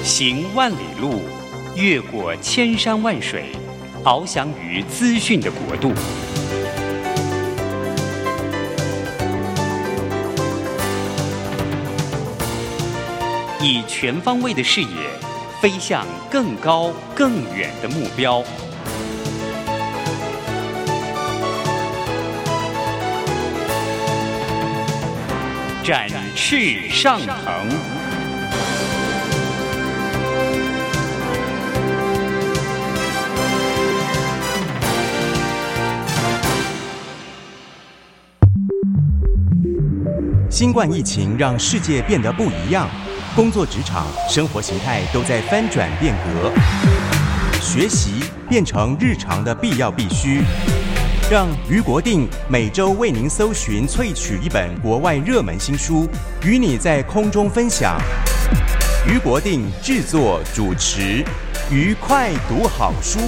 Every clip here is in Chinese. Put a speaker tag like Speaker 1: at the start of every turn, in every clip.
Speaker 1: 行万里路，越过千山万水，翱翔于资讯的国度。以全方位的视野，飞向更高更远的目标。展翅上腾。
Speaker 2: 新冠疫情让世界变得不一样，工作职场、生活形态都在翻转变革，学习变成日常的必要必须。让余国定每周为您搜寻萃取一本国外热门新书，与你在空中分享。余国定制作主持，愉快读好书。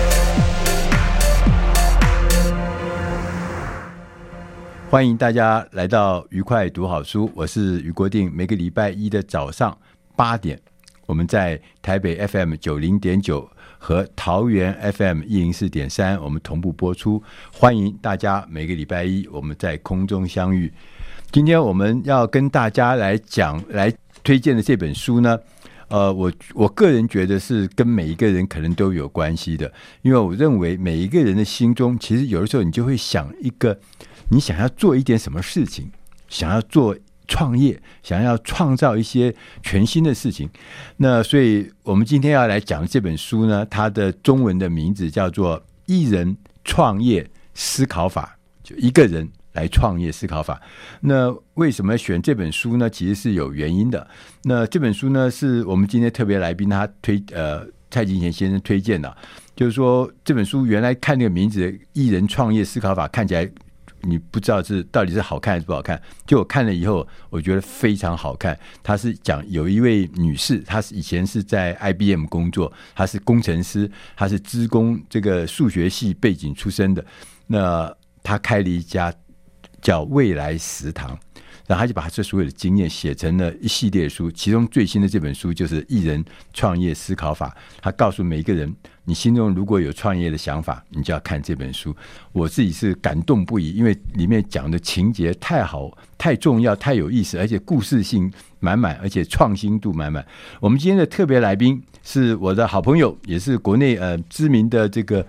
Speaker 3: 欢迎大家来到愉快读好书，我是余国定。每个礼拜一的早上8点，我们在台北 FM90.9 和桃园 FM104.3 我们同步播出，欢迎大家每个礼拜一我们在空中相遇。今天我们要跟大家来推荐的这本书呢，我个人觉得是跟每一个人可能都有关系的，因为我认为每一个人的心中，其实有的时候你就会想一个，你想要做一点什么事情，想要做创业，想要创造一些全新的事情。那所以我们今天要来讲的这本书呢，它的中文的名字叫做《一人创业思考法》，就一个人来创业思考法。那为什么选这本书呢？其实是有原因的。那这本书呢，是我们今天特别来宾他蔡金贤先生推荐的，就是说这本书原来看那个名字《一人创业思考法》，看起来你不知道到底是好看还是不好看，就我看了以后我觉得非常好看。他是讲有一位女士，她以前是在 IBM 工作，她是工程师，她是资工这个数学系背景出身的。那她开了一家叫未来食堂，然后他就把这所有的经验写成了一系列书，其中最新的这本书就是《一人创业思考法》。他告诉每一个人，你心中如果有创业的想法，你就要看这本书。我自己是感动不已，因为里面讲的情节太好、太重要、太有意思，而且故事性满满，而且创新度满满。我们今天的特别来宾是我的好朋友，也是国内知名的这个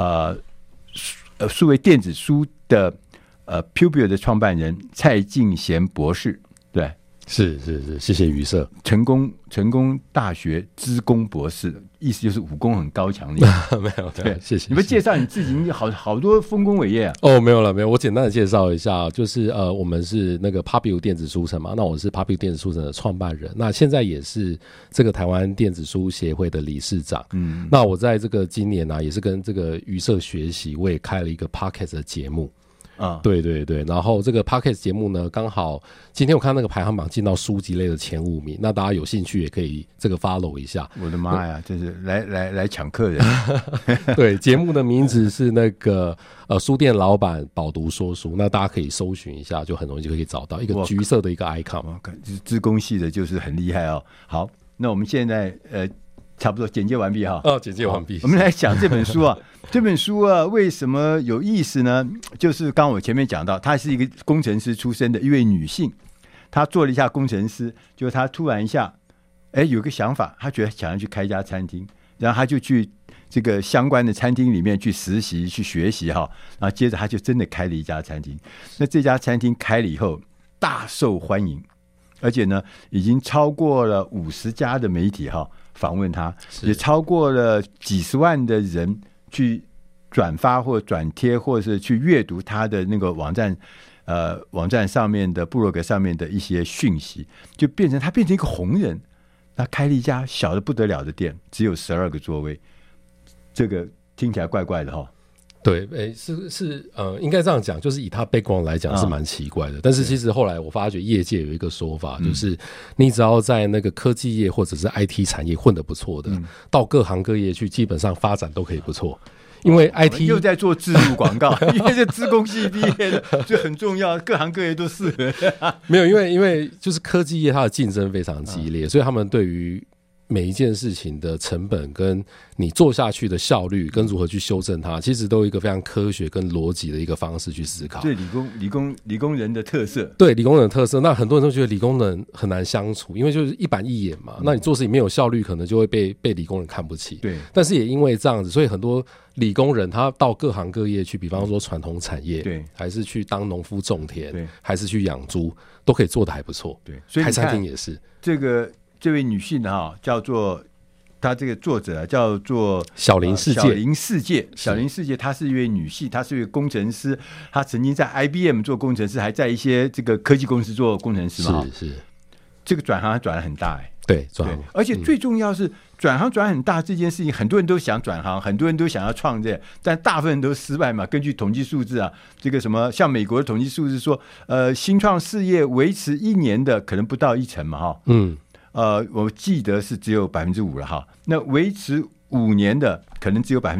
Speaker 3: 数位电子书的Pupil 的创办人蔡敬贤博士。对，
Speaker 4: 是，谢谢余社。
Speaker 3: 成功大学资工博士，意思就是武功很高强的意思。
Speaker 4: 没有，对，谢谢。
Speaker 3: 你不介绍你自己，你好多丰功伟业啊。
Speaker 4: 哦，没有，我简单的介绍一下，就是我们是那个 Pupil 电子书城嘛，那我是 Pupil 电子书城的创办人，那现在也是这个台湾电子书协会的理事长。那我在这个今年也是跟这个余社学习，我也开了一个 Podcast 的节目。对，然后这个 Podcast 节目呢，刚好今天我看那个排行榜进到书籍类的前5名，那大家有兴趣也可以这个 follow 一下。
Speaker 3: 我的妈呀，真是来抢客人。
Speaker 4: 对，节目的名字是那个书店老板饱读说书，那大家可以搜寻一下，就很容易就可以找到一个橘色的一个 icon。
Speaker 3: 资工系的就是很厉害哦。好，那我们现在差不多简介完毕哈。
Speaker 4: 简介完毕。
Speaker 3: 我们来讲这本书啊。这本书啊，为什么有意思呢？就是刚刚我前面讲到，她是一个工程师出身的一位女性，她做了一下工程师，就她突然一下，有个想法，她觉得想要去开一家餐厅，然后她就去这个相关的餐厅里面去实习、去学习哈，然后接着她就真的开了一家餐厅。那这家餐厅开了以后，大受欢迎，而且呢，已经超过了50家的媒体访问她，也超过了几十万的人去转发或转贴，或者是去阅读他的那个网站上面的部落格上面的一些讯息，就他变成一个红人。他开了一家小的不得了的店，只有12个座位，这个听起来怪怪的哈。
Speaker 4: 对，应该这样讲，就是以他 background 来讲是蛮奇怪的，但是其实后来我发觉业界有一个说法，就是你只要在那个科技业或者是 IT 产业混得不错的，到各行各业去，基本上发展都可以不错。因为 IT
Speaker 3: 又在做置入广告，因为是资工系毕业的，就很重要，各行各业都适合。
Speaker 4: 没有，因为就是科技业它的竞争非常激烈，所以他们对于每一件事情的成本跟你做下去的效率跟如何去修正它，其实都有一个非常科学跟逻辑的一个方式去思考。
Speaker 3: 对理工人的特色，
Speaker 4: 对理工人的特色。那很多人都觉得理工人很难相处，因为就是一板一眼嘛。那你做事情没有效率，可能就会被理工人看不起。
Speaker 3: 对，
Speaker 4: 但是也因为这样子，所以很多理工人他到各行各业去，比方说传统产业，
Speaker 3: 对，
Speaker 4: 还是去当农夫种田，
Speaker 3: 对，
Speaker 4: 还是去养猪，都可以做得还不错。
Speaker 3: 对，所以
Speaker 4: 开餐厅也是。
Speaker 3: 这位女性哈，叫做她这个作者叫做
Speaker 4: 小林世界。
Speaker 3: 小林世界，她是一位女性，她是一位工程师，她曾经在 IBM 做工程师，还在一些这个科技公司做工程师嘛。
Speaker 4: 是，
Speaker 3: 这个转行转得很大
Speaker 4: 对，转行，
Speaker 3: 而且最重要是转行转很大这件事情，很多人都想转行，很多人都想要创业，但大部分人都失败嘛。根据统计数字啊，这个什么像美国的统计数字说，新创事业维持1年的可能不到1成嘛，哈，我记得是只有5%了哈。那维持5年的可能只有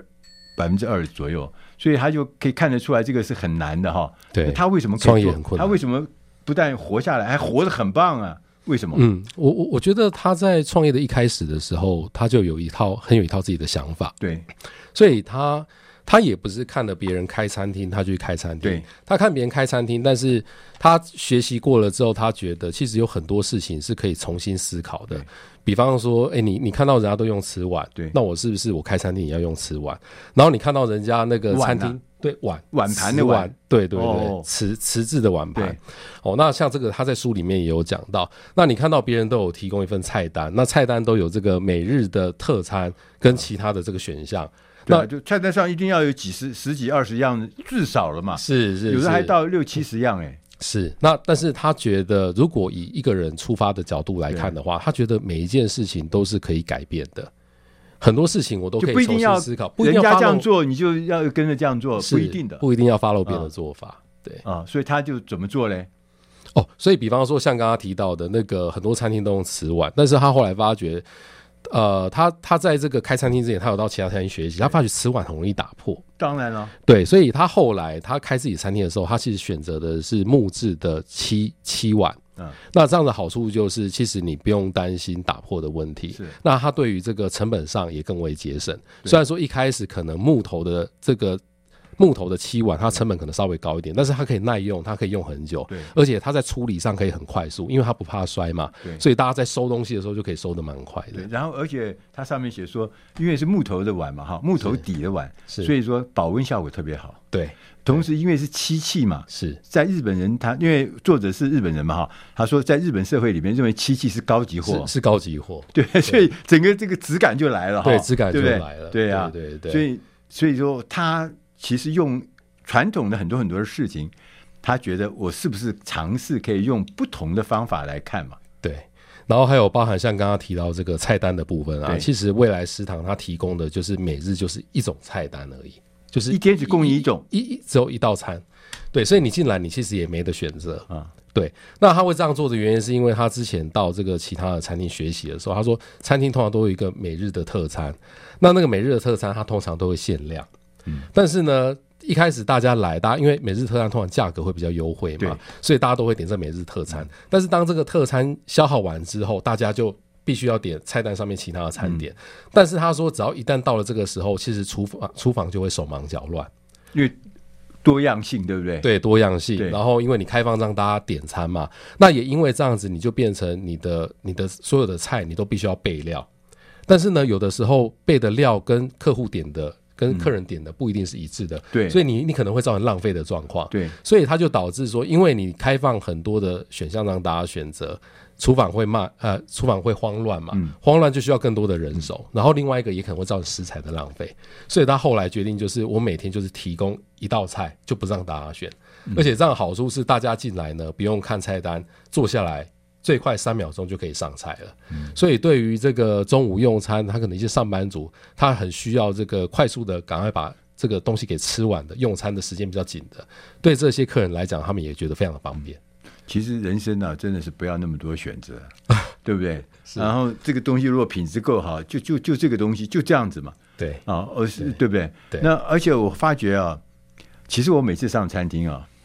Speaker 3: 2%左右，所以他就可以看得出来这个是很难的哈。
Speaker 4: 对，
Speaker 3: 他为什么可以
Speaker 4: 创业很困难？
Speaker 3: 他为什么不但活下来，还活得很棒啊？为什么？
Speaker 4: 我觉得他在创业的一开始的时候，他就有一套自己的想法。
Speaker 3: 对，
Speaker 4: 所以他也不是看了别人开餐厅他就去开餐厅，他看别人开餐厅，但是他学习过了之后，他觉得其实有很多事情是可以重新思考的。比方说你看到人家都用瓷碗，对，那我是不是我开餐厅也要用瓷碗？然后你看到人家那个餐厅对碗
Speaker 3: 盘的碗，
Speaker 4: 对，瓷质的碗盘。那像这个他在书里面也有讲到，那你看到别人都有提供一份菜单，那菜单都有这个每日的特餐跟其他的这个选项，
Speaker 3: 那就菜单上一定要有十几20样至少了嘛，
Speaker 4: 是
Speaker 3: 有的还到60-70样
Speaker 4: 是。那但是他觉得如果以一个人出发的角度来看的话，他觉得每一件事情都是可以改变的，很多事情我都可以重新思考，
Speaker 3: 不一定要人家这样做你就要跟着这样做，不一定的，
Speaker 4: 不一定要 follow 别人的做法。对
Speaker 3: 所以他就怎么做嘞？
Speaker 4: 所以比方说像刚刚提到的那个很多餐厅都用瓷碗，但是他后来发觉他在这个开餐厅之前，他有到其他餐厅学习，他发觉瓷碗很容易打破。
Speaker 3: 当然了，
Speaker 4: 对，所以他后来他开自己餐厅的时候，他其实选择的是木质的漆碗。那这样的好处就是，其实你不用担心打破的问题。那他对于这个成本上也更为节省。虽然说一开始可能木头的漆碗，它成本可能稍微高一点，但是它可以耐用，它可以用很久，而且它在处理上可以很快速，因为它不怕摔嘛，所以大家在收东西的时候就可以收得蛮快的。
Speaker 3: 然后而且它上面写说，因为是木头的碗嘛，木头底的碗，所以说保温效果特别好。
Speaker 4: 对，
Speaker 3: 同时因为是漆器嘛，
Speaker 4: 是在
Speaker 3: 日本人因为作者是日本人嘛，他说在日本社会里面认为漆器是高级货，
Speaker 4: 是高级货，
Speaker 3: 对，所以整个这个质感就来了，
Speaker 4: 对，质感就来了，
Speaker 3: 对啊，
Speaker 4: 对，
Speaker 3: 所以说他其实用传统的很多的事情，他觉得我是不是尝试可以用不同的方法来看嘛？
Speaker 4: 对，然后还有包含像刚刚提到这个菜单的部分啊，其实未来食堂它提供的就是每日就是一种菜单而已，就是
Speaker 3: 一天只供应一种，
Speaker 4: 只有一道餐。对，所以你进来你其实也没得选择啊。对，那他会这样做的原因是因为他之前到这个其他的餐厅学习的时候，他说餐厅通常都有一个每日的特餐，那个每日的特餐它通常都会限量，但是呢一开始大家因为每日特餐通常价格会比较优惠嘛，所以大家都会点这每日特餐，但是当这个特餐消耗完之后，大家就必须要点菜单上面其他的餐点，但是他说只要一旦到了这个时候，其实厨房就会手忙脚乱，
Speaker 3: 因为多样性，对不对？
Speaker 4: 对，多样性。然后因为你开放让大家点餐嘛，那也因为这样子，你就变成你的所有的菜你都必须要备料，但是呢，有的时候备的料跟客户点的跟客人点的不一定是一致的，对，所以你可能会造成浪费的状况，对，所以它就导致说，因为你开放很多的选项让大家选择，厨房会慌乱嘛，慌乱就需要更多的人手，然后另外一个也可能会造成食材的浪费，所以他后来决定就是我每天就是提供一道菜，就不让大家选，而且这样的好处是大家进来呢不用看菜单，坐下来最快3秒钟就可以上菜了，所以对于这个中午用餐，他可能一些上班族，他很需要这个快速的赶快把这个东西给吃完的，用餐的时间比较紧的，对这些客人来讲，他们也觉得非常的方便。
Speaker 3: 其实人生啊，真的是不要那么多选择，对不对？然后这个东西如果品质够好，就这个东西就这样子嘛，
Speaker 4: 对
Speaker 3: 对不对？对。那而且我发觉啊，其实我每次上餐厅啊，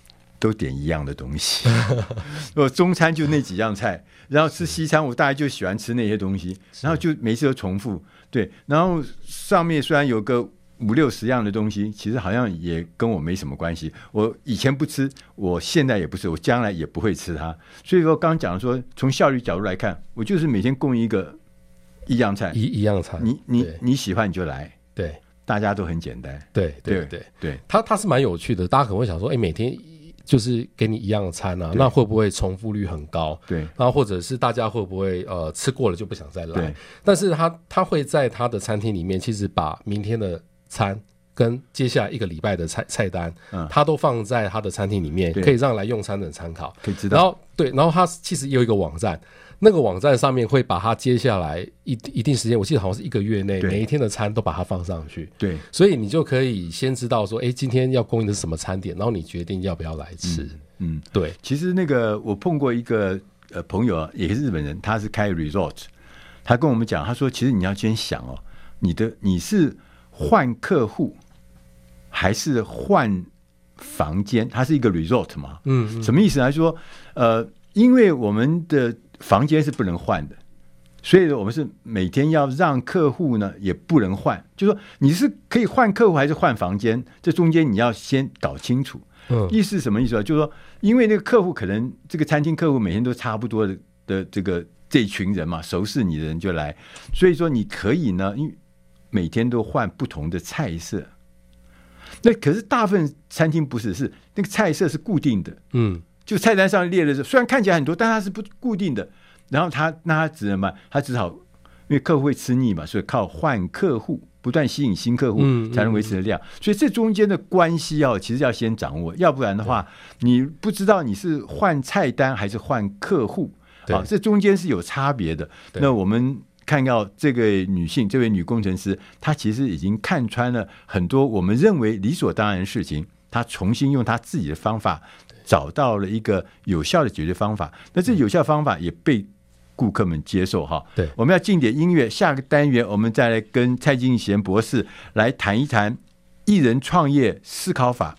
Speaker 3: 都点一样的东西。我中餐就那几样菜，然后吃西餐我大概就喜欢吃那些东西，然后就每次都重复。对，然后上面虽然有个50-60样的东西，其实好像也跟我没什么关系。我以前不吃，我现在也不吃，我将来也不会吃它。所以说，刚刚讲说，从效率角度来看，我就是每天供一样菜，
Speaker 4: 一样菜，
Speaker 3: 你喜欢你就来，
Speaker 4: 对，
Speaker 3: 大家都很简单，
Speaker 4: 对，它是蛮有趣的。大家可能会想说，每天就是给你一样的餐啊，那会不会重复率很高？对，然后或者是大家会不会吃过了就不想再来？对，但是他会在他的餐厅里面，其实把明天的餐跟接下来一个礼拜的菜单，他都放在他的餐厅里面，可以让来用餐的人参考，可以知道。然后对，然后他其实也有一个网站，那个网站上面会把他接下来一定时间，我记得好像是1个月内，每一天的餐都把它放上去。对，所以你就可以先知道说，今天要供应的是什么餐点，然后你决定要不要来吃。对。其实那个我碰过一个朋友，也是日本人，他是开 resort， 他跟我们讲，他说，其实你要先想哦，你是换客户还是换房间？它是一个 resort 嘛，什么意思呢？说因为我们的房间是不能换的，所以我们是每天要让客户呢也不能换，就说你是可以换客户还是换房间，这中间你要先搞清楚。意思是什么意思呢？就是说，因为那个客户可能这个餐厅客户每天都差不多的这一群人嘛，熟识你的人就来，所以说你可以呢，因为每天都换不同的菜色。那可是大部分餐厅不是，是那个菜色是固定的，就菜单上列的是，虽然看起来很多，但它是不固定的。然后他只能嘛，他只好因为客户会吃腻嘛，所以靠换客户，不断吸引新客户才能维持的量。所以这中间的关系其实要先掌握，要不然的话，你不知道你是换菜单还是换客户，这中间是有差别的。那我们看到这个女性，这位女工程师，她其实已经看穿了很多我们认为理所当然的事情，她重新用她自己的方法找到了一个有效的解决方法。那这有效方法也被顾客们接受哈。对，我们要进点音乐，下个单元我们再来跟蔡敬贤博士来谈一谈艺人创业思考法。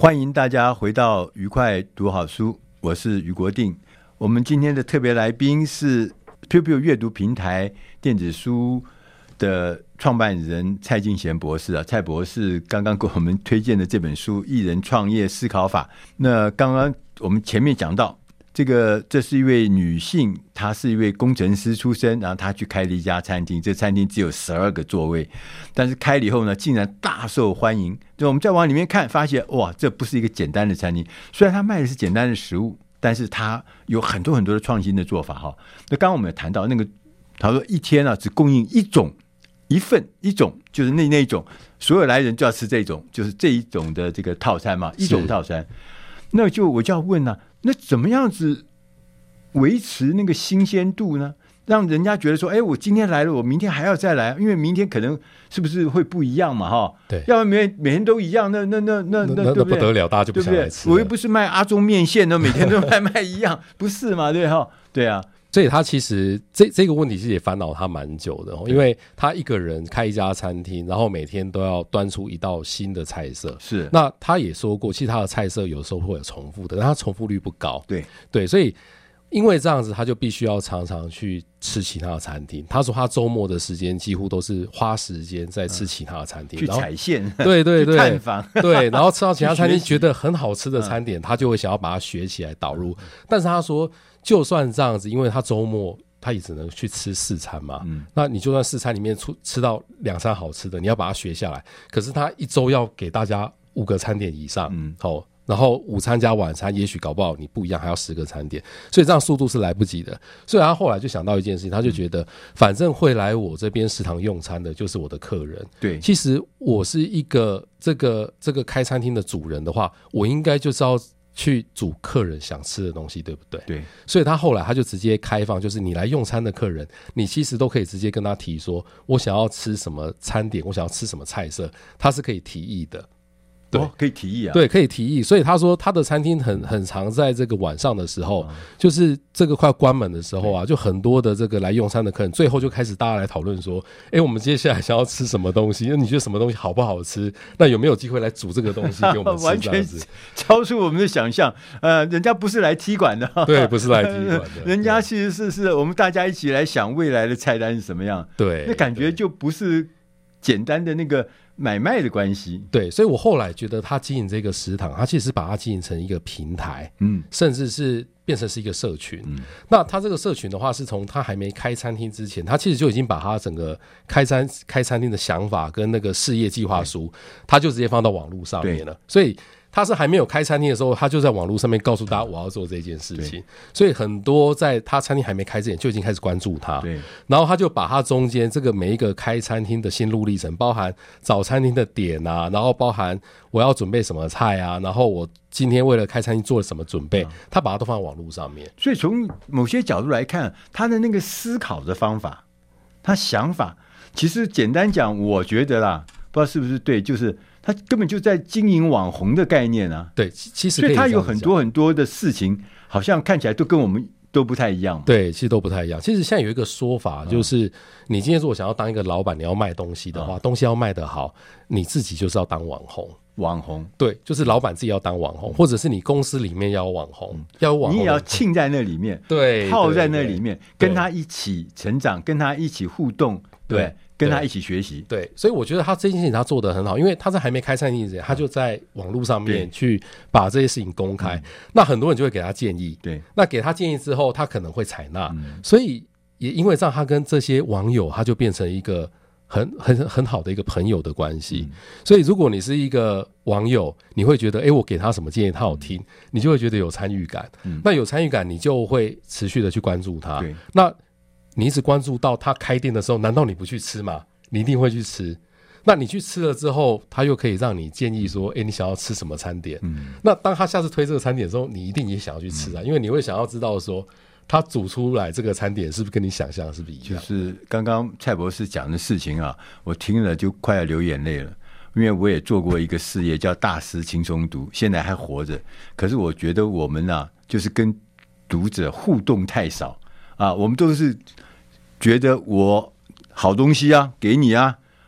Speaker 3: 欢迎大家回到愉快读好书，我是余国定。我们今天的特别来宾是 Pubu 阅读平台电子书的创办人蔡敬贤博士啊，蔡博士刚刚给我们推荐的这本书《艺人创业思考法》。那刚刚我们前面讲到，这是一位女性，她是一位工程师出身，然后她去开了一家餐厅，这餐厅只有12个座位，但是开了以后呢，竟然大受欢迎。就我们再往里面看，发现哇，这不是一个简单的餐厅，虽然她卖的是简单的食物，但是她有很多很多的创新的做法哈。那刚刚我们有谈到那个，他说一天啊只供应一种。就是那一种，所有来人就要吃这种，就是这一种的这个套餐嘛，一种套餐。那我就要问啊，那怎么样子维持那个新鲜度呢？让人家觉得说，哎，我今天来了，我明天还要再来，因为明天可能是不是会不一样嘛？哈，
Speaker 4: 对，
Speaker 3: 要不然每天都一样，那对
Speaker 4: 不得了，大家就不想来吃。
Speaker 3: 我又不是卖阿中面线的，每天都卖一样，不是嘛？对哈，对啊。
Speaker 4: 所以他其实这个问题其实也烦恼他蛮久的，因为他一个人开一家餐厅，然后每天都要端出一道新的菜色。是，那他也说过，其实他的菜色有时候会有重复的，但他重复率不高。对，所以因为这样子，他就必须要常常去吃其他的餐厅。他说他周末的时间几乎都是花时间在吃其他的餐厅，
Speaker 3: 去踩线，
Speaker 4: 对，
Speaker 3: 去探访，
Speaker 4: 对，然后吃到其他餐厅觉得很好吃的餐点，他就会想要把它学起来导入。但是他说，就算这样子，因为他周末他也只能去吃4餐嘛，那你就算4餐里面吃到2餐好吃的，你要把它学下来。可是他一周要给大家5个餐点以上，然后午餐加晚餐，也许搞不好你不一样，还要10个餐点，所以这样速度是来不及的。所以他后来就想到一件事情，他就觉得，反正会来我这边食堂用餐的就是我的客人。对，其实我是一个这个开餐厅的主人的话，我应该就是要去煮客人想吃的东西，对不对？对，所以他后来他就直接开放，就是你来用餐的客人，你其实都可以直接跟他提说，我想要吃什么餐点，我想要吃什么菜色，他是可以提议的。对，
Speaker 3: 可以提议啊。
Speaker 4: 对，可以提议。所以他说他的餐厅很常在这个晚上的时候，就是这个快关门的时候啊，就很多的这个来用餐的客人，最后就开始大家来讨论说，我们接下来想要吃什么东西？那你觉得什么东西好不好吃？那有没有机会来煮这个东西给我们吃？
Speaker 3: 完全超出我们的想象。人家不是来踢馆的，
Speaker 4: 对，不是来踢馆的，
Speaker 3: 人家其实是我们大家一起来想未来的菜单是什么样。对，那感觉就不是简单的那个买卖的关系。
Speaker 4: 对，所以我后来觉得他经营这个食堂，他其实把它经营成一个平台，甚至是变成是一个社群。那他这个社群的话，是从他还没开餐厅之前，他其实就已经把他整个开餐厅的想法跟那个事业计划书，他就直接放到网络上面了。所以他是还没有开餐厅的时候，他就在网络上面告诉大家我要做这件事情，所以很多在他餐厅还没开之前就已经开始关注他。对，然后他就把他中间这个每一个开餐厅的心路历程，包含找餐厅的点啊，然后包含我要准备什么菜啊，然后我今天为了开餐厅做了什么准备，他把它都放在网络上面。
Speaker 3: 所以从某些角度来看，他的那个思考的方法，他想法，其实简单讲，我觉得啦，不知道是不是对，就是他根本就在经营网红的概念啊。
Speaker 4: 对，其实
Speaker 3: 所以他有很多很多的事情，好像看起来都跟我们都不太一样。
Speaker 4: 对，其实都不太一样。其实现在有一个说法，就是你今天如果想要当一个老板，你要卖东西的话，东西要卖得好，你自己就是要当网红。
Speaker 3: 网红，
Speaker 4: 对，就是老板自己要当网红，或者是你公司里面要有网红，要有网红，
Speaker 3: 你也要浸在那里面，
Speaker 4: 对，
Speaker 3: 泡在那里面，跟他一起成长，跟他一起互动，对，跟他一起学习。
Speaker 4: 对，所以我觉得他这件事情他做得很好，因为他在还没开餐厅之前，他就在网络上面去把这些事情公开，那很多人就会给他建议，对，那给他建议之后，他可能会采纳，所以也因为这样，他跟这些网友他就变成一个很好的一个朋友的关系。所以如果你是一个网友，你会觉得我给他什么建议他好听，你就会觉得有参与感，那有参与感你就会持续的去关注他，那你一直关注到他开店的时候，难道你不去吃吗？你一定会去吃。那你去吃了之后，他又可以让你建议说你想要吃什么餐点，那当他下次推这个餐点的时候，你一定也想要去吃啊，因为你会想要知道说他煮出来这个餐点是不是跟你想象的是不是一样。
Speaker 3: 就是刚刚蔡博士讲的事情啊，我听了就快要流眼泪了，因为我也做过一个事业叫大师轻松读，现在还活着。可是我觉得我们啊，就是跟读者互动太少啊，我们都是觉得我好东西啊给你啊，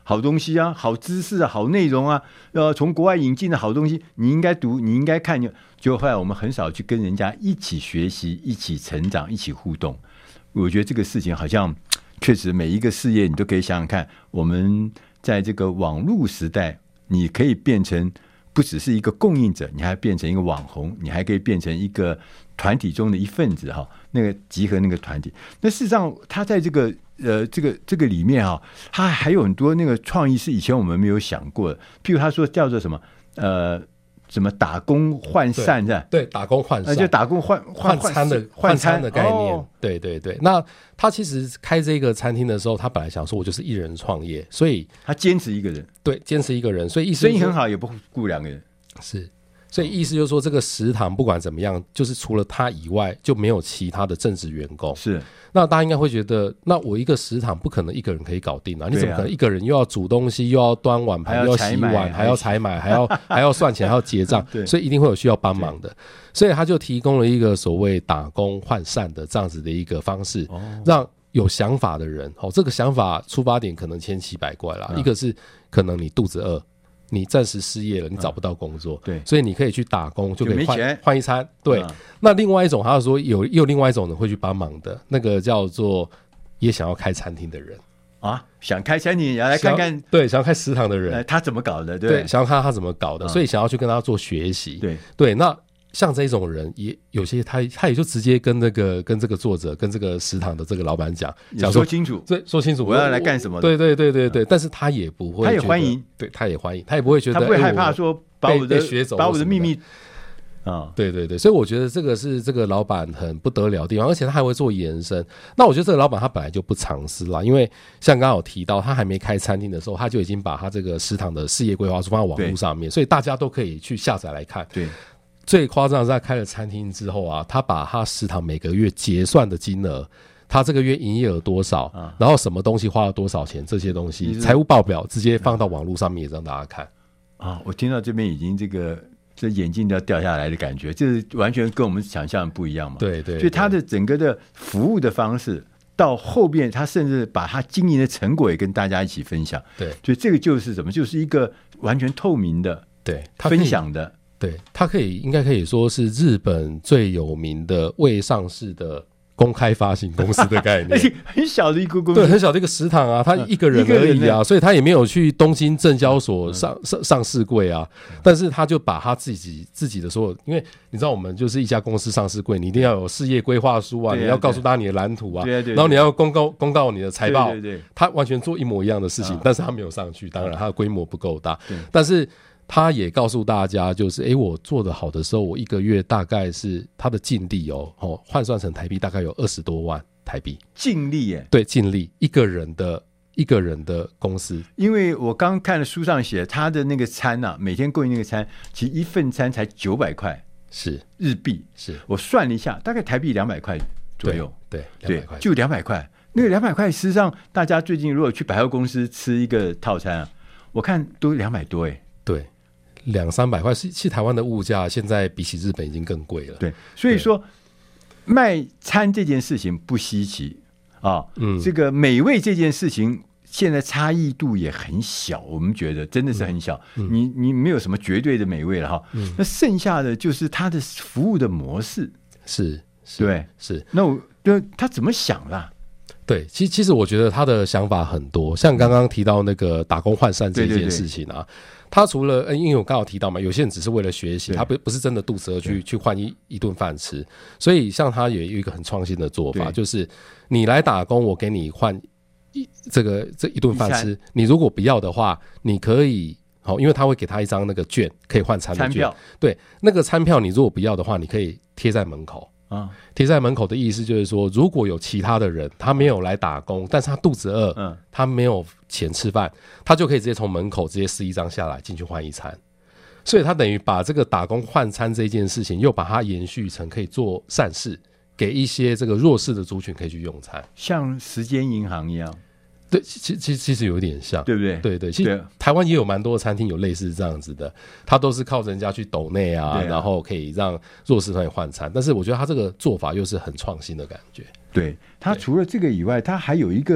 Speaker 3: 好东西啊，好知识啊，好内容啊，从国外引进的好东西，你应该读，你应该看。就后来我们很少去跟人家一起学习，一起成长，一起互动。我觉得这个事情好像确实每一个事业你都可以想想看，我们在这个网络时代，你可以变成不只是一个供应者，你还变成一个网红，你还可以变成一个团体中的一份子哈，那个集合那个团体。那事实上，他在这个里面哈，他还有很多那个创意是以前我们没有想过的。譬如他说叫做什么打工换膳是吧？
Speaker 4: 对，打工换膳，
Speaker 3: 就打工换
Speaker 4: 餐的概念。
Speaker 3: 哦、
Speaker 4: 对对对。那他其实开这个餐厅的时候，他本来想说我就是一人创业，所以
Speaker 3: 他坚持一个人。
Speaker 4: 对，坚持一个人，所以意思
Speaker 3: 生意很好，也不雇2个人。
Speaker 4: 是。所以意思就是说，这个食堂不管怎么样，就是除了他以外，就没有其他的正职员工。
Speaker 3: 是，
Speaker 4: 那大家应该会觉得，那我一个食堂不可能一个人可以搞定啊！你怎么可能一个人又要煮东西，又要端碗盘，又要洗碗，还要采买，还要算钱，还要结账，所以一定会有需要帮忙的。所以他就提供了一个所谓打工换膳的这样子的一个方式，让有想法的人，这个想法出发点可能千奇百怪啦。一个是可能你肚子饿。你暂时失业了，你找不到工作，
Speaker 3: 对，
Speaker 4: 所以你可以去打工，就可以换一餐，对。
Speaker 3: 那
Speaker 4: 另外一种，他说有另外一种人会去帮忙的，那个叫做也想要开餐厅的人
Speaker 3: 啊，想开餐厅也要来看看，
Speaker 4: 对，想要开食堂的人，
Speaker 3: 他怎么搞的，
Speaker 4: 对，想要看他怎么搞的，所以想要去跟他做学习，对。那像这种人，也有些他也就直接跟这个作者跟这个食堂的这个老板讲
Speaker 3: 说清楚，
Speaker 4: 对，说清楚
Speaker 3: 我要来干什么的，
Speaker 4: 对。但是他也不会，
Speaker 3: 他也欢迎，
Speaker 4: 对，他也欢迎，他也不会觉得，
Speaker 3: 他不会害怕说把我的
Speaker 4: 学走，
Speaker 3: 把我的秘密
Speaker 4: 啊，对。所以我觉得这个是这个老板很不得了的地方，而且他还会做延伸。那我觉得这个老板他本来就不藏私啦，因为像刚刚有提到，他还没开餐厅的时候，他就已经把他这个食堂的事业规划书放在网络上面，所以大家都可以去下载来看。
Speaker 3: 对。
Speaker 4: 最夸张的是他开了餐厅之后啊，他把他食堂每个月结算的金额，他这个月营业额多少，然后什么东西花了多少钱，这些东西财务报表直接放到网络上面也让大家看
Speaker 3: 啊！我听到这边已经这眼镜都要掉下来的感觉，这完全跟我们想象不一样嘛。
Speaker 4: 对，
Speaker 3: 所以他的整个的服务的方式到后边，他甚至把他经营的成果也跟大家一起分享。
Speaker 4: 对，
Speaker 3: 所以这个就是什么？就是一个完全透明的，
Speaker 4: 对，
Speaker 3: 分享的。
Speaker 4: 对，它应该可以说是日本最有名的未上市的公开发行公司的概念。
Speaker 3: 很小的一个公司，
Speaker 4: 对，很小的一个食堂啊，他一个人而已啊，所以他也没有去东京证交所上市柜啊，但是他就把他自己的所有，因为你知道我们就是一家公司上市柜，你一定要有事业规划书啊，你要告诉大家你的蓝图啊，然后你要公告你的财报，他完全做一模一样的事情，但是他没有上去，当然他的规模不够大，但是他也告诉大家，就是我做得好的时候，我一个月大概是他的净利换算成台币大概有20多万台币。
Speaker 3: 净利耶？对，
Speaker 4: 净利，一个人的公司。
Speaker 3: 因为我刚看了书上写，他的那个餐啊，每天供应那个餐，其实一份餐才900块，
Speaker 4: 是
Speaker 3: 日币。
Speaker 4: 是
Speaker 3: 我算了一下，大概台币200块左右。
Speaker 4: 对，200块，
Speaker 3: 就200块。那个200块，事实上大家最近如果去百货公司吃一个套餐啊，我看都200多哎。
Speaker 4: 对，200-300块，其实台湾的物价现在比起日本已经更贵了。
Speaker 3: 对，所以说卖餐这件事情不稀奇啊。这个美味这件事情，现在差异度也很小，我们觉得真的是很小。你没有什么绝对的美味了哈。那剩下的就是它的服务的模式，对，
Speaker 4: 是。
Speaker 3: 那他怎么想啦？
Speaker 4: 对，其实我觉得他的想法很多，像刚刚提到那个打工换膳这件事情啊，他除了因为我刚好提到嘛，有些人只是为了学习，他不是真的肚子饿去换一顿饭吃，所以像他也有一个很创新的做法，就是你来打工，我给你换这一顿饭吃，你如果不要的话，你可以因为他会给他一张那个券，可以换餐的券，对，那个餐票你如果不要的话，你可以贴在门口。贴在门口的意思就是说，如果有其他的人他没有来打工，但是他肚子饿，他没有钱吃饭，他就可以直接从门口直接撕一张下来进去换一餐。所以他等于把这个打工换餐这件事情又把它延续成可以做善事，给一些这个弱势的族群可以去用餐，
Speaker 3: 像时间银行一样。
Speaker 4: 对，其实有点像，
Speaker 3: 对不对？
Speaker 4: 对，其实台湾也有蛮多的餐厅有类似这样子的，他都是靠人家去抖内啊，然后可以让弱势团体换餐。但是我觉得他这个做法又是很创新的感觉。
Speaker 3: 对，他除了这个以外，他还有一个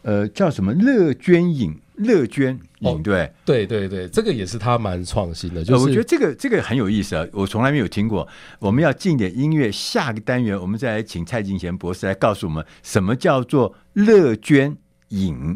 Speaker 3: 叫什么乐捐饮，乐捐饮，对，
Speaker 4: 对对对，这个也是他蛮创新的，就是
Speaker 3: 我觉得这个很有意思啊，我从来没有听过。我们要进点音乐，下个单元我们再来请蔡敬贤博士来告诉我们什么叫做乐捐饮。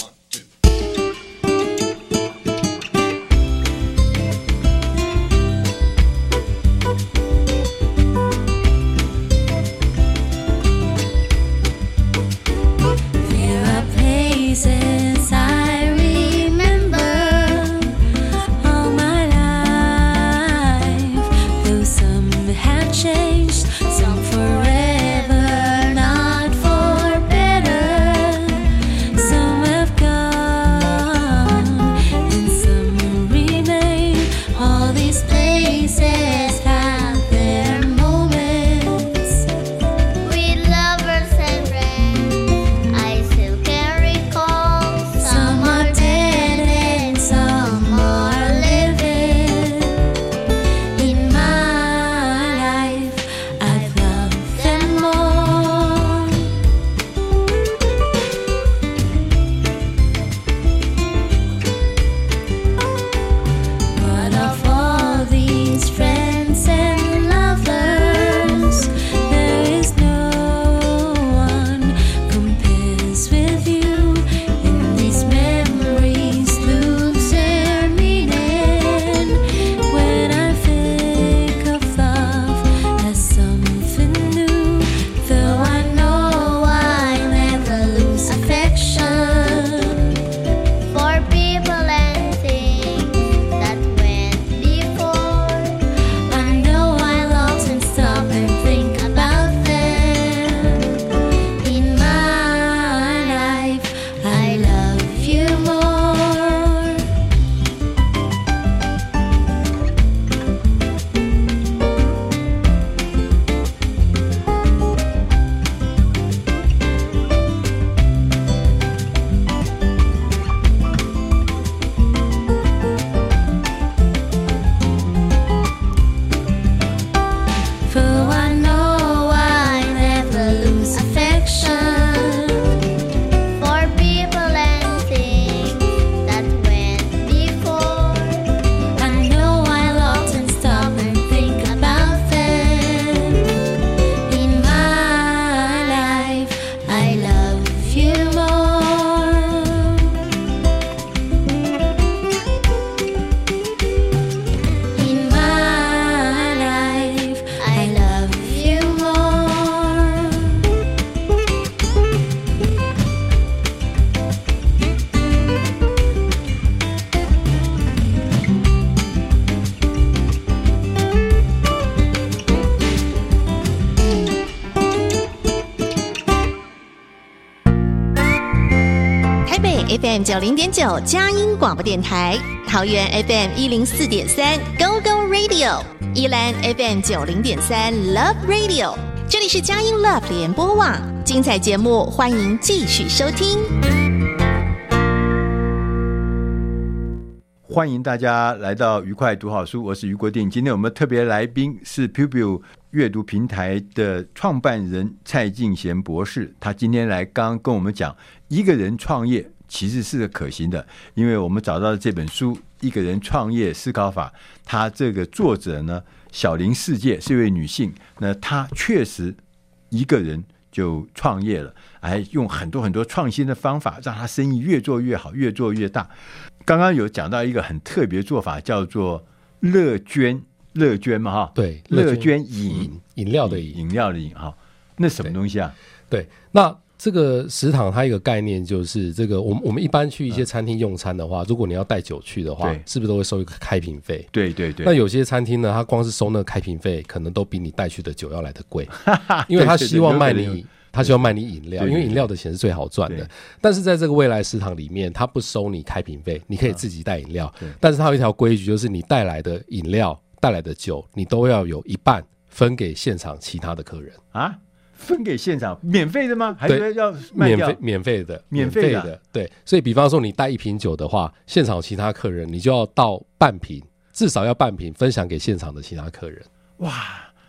Speaker 5: FM 90.9佳音广播电台，桃园 FM 104.3 Go Go Radio， 宜兰 FM 90.3 Love Radio， 这里是佳音 Love 联播网，精彩节目欢迎继续收听。
Speaker 3: 欢迎大家来到愉快读好书，我是余国定。今天我们特别来宾是 PUBU 阅读平台的创办人蔡敬贤博士，他今天来刚跟我们讲一个人创业其实是可行的，因为我们找到的这本书《一个人创业思考法》，他这个作者呢，小林世界是一位女性，那她确实一个人就创业了，还用很多很多创新的方法，让她生意越做越好，越做越大。刚刚有讲到一个很特别做法，叫做乐捐嘛，哈，
Speaker 4: 对，
Speaker 3: 乐捐饮，
Speaker 4: 饮料的饮，
Speaker 3: 饮料的饮，哈，那什么东西啊？
Speaker 4: 对，那这个食堂它一个概念就是这个，我们一般去一些餐厅用餐的话，如果你要带酒去的话，是不是都会收一个开瓶费？对对对。那有些餐厅呢，它光是收那个开瓶费，可能都比你带去的酒要来得贵，因为他希望卖你。他希望卖你饮料，因为饮料的钱是最好赚的。但是在这个未来食堂里面，他不收你开瓶费，你可以自己带饮料。但是他有一条规矩，就是你带来的饮料、带来的酒，你都要有一半分给现场其他的客人
Speaker 3: 啊。分给现场免费的吗？还是要卖掉？
Speaker 4: 免费的。对，所以比方说你带一瓶酒的话，现场其他客人你就要倒半瓶，至少要半瓶分享给现场的其他客人。
Speaker 3: 哇！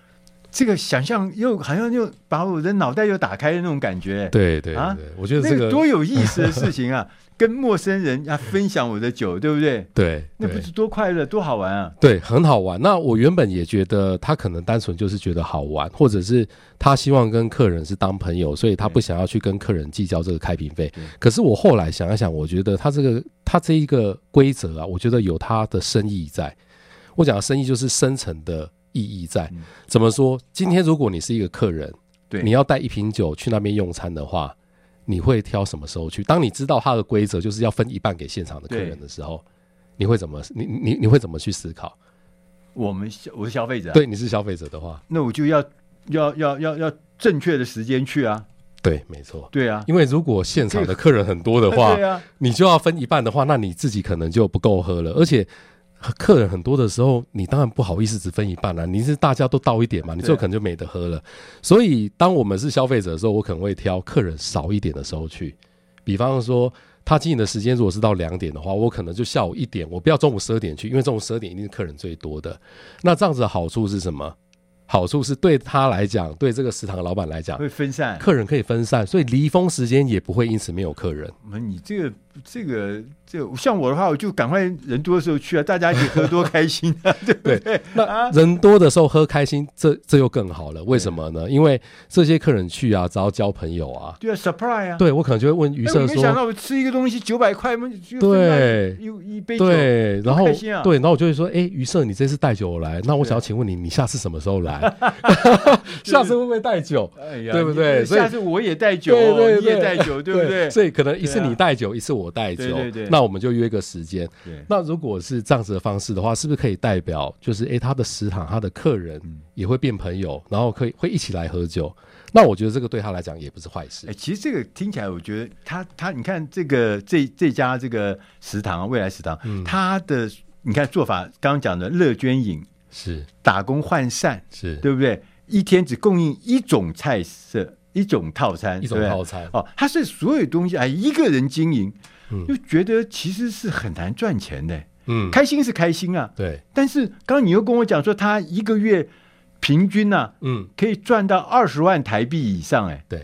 Speaker 3: 这个想象又好像又把我的脑袋又打开的那种感觉。
Speaker 4: 对对对，我觉得这个
Speaker 3: 多有意思的事情啊！跟陌生人分享我的酒，对不对？
Speaker 4: 对，
Speaker 3: 那不是多快乐多好玩啊！
Speaker 4: 对，很好玩。那我原本也觉得他可能单纯就是觉得好玩，或者是他希望跟客人是当朋友，所以他不想要去跟客人计较这个开瓶费。可是我后来想一想，我觉得他这一个规则啊，我觉得有他的深意在。我讲的深意就是深层的意义在。怎么说？今天如果你是一个客人，你要带一瓶酒去那边用餐的话，你会挑什么时候去？当你知道他的规则就是要分一半给现场的客人的时候，你会怎么你会怎么去思考？
Speaker 3: 我是消费者，
Speaker 4: 对，你是消费者的话，
Speaker 3: 那我就要正确的时间去啊。
Speaker 4: 对，没错，
Speaker 3: 对啊，
Speaker 4: 因为如果现场的客人很多的话，
Speaker 3: 对啊，
Speaker 4: 你就要分一半的话，那你自己可能就不够喝了，而且客人很多的时候，你当然不好意思只分一半了，你是大家都倒一点嘛，你最后可能就没得喝了。所以当我们是消费者的时候，我可能会挑客人少一点的时候去。比方说他经营的时间如果是到2点的话，我可能就下午1点，我不要中午12点去，因为中午12点一定是客人最多的。那这样子的好处是什么？好处是对他来讲，对这个食堂的老板来讲，
Speaker 3: 会分散，
Speaker 4: 客人可以分散，所以离峰时间也不会因此没有客人。
Speaker 3: 你这个像我的话，我就赶快人多的时候去啊，大家一起喝多开心啊，对不对？
Speaker 4: 对，那人多的时候喝开心，这又更好了。为什么呢？因为这些客人去啊，只要交朋友啊，
Speaker 3: 对啊 ，surprise 啊，
Speaker 4: 对我可能就会问于社说，
Speaker 3: 没想到我吃一个东西900块，
Speaker 4: 对，
Speaker 3: 一杯酒，
Speaker 4: 对，然后
Speaker 3: 开心啊，
Speaker 4: 对，然后我就会说，于社你这次带酒来，那我想要请问你下次什么时候来？下次会不会带酒？对不对？
Speaker 3: 下次我也带酒，你也带酒，对不对？
Speaker 4: 所以可能一次你带酒，一次我带酒，那我们就约个时间。那如果是这样子的方式的话，是不是可以代表就是他的食堂他的客人也会变朋友，然后会一起来喝酒？那我觉得这个对他来讲也不是坏事。
Speaker 3: 其实这个听起来，我觉得他你看这家这个食堂未来食堂，他的你看做法，刚刚讲的乐捐饮
Speaker 4: 是
Speaker 3: 打工换膳，
Speaker 4: 是对
Speaker 3: 不对？一天只供应一种菜色，一种套餐，它是所有东西一个人经营，就觉得其实是很难赚钱的。开心是开心啊，
Speaker 4: 对。
Speaker 3: 但是刚刚你又跟我讲说，他一个月平均啊，可以赚到20万台币以上，
Speaker 4: 对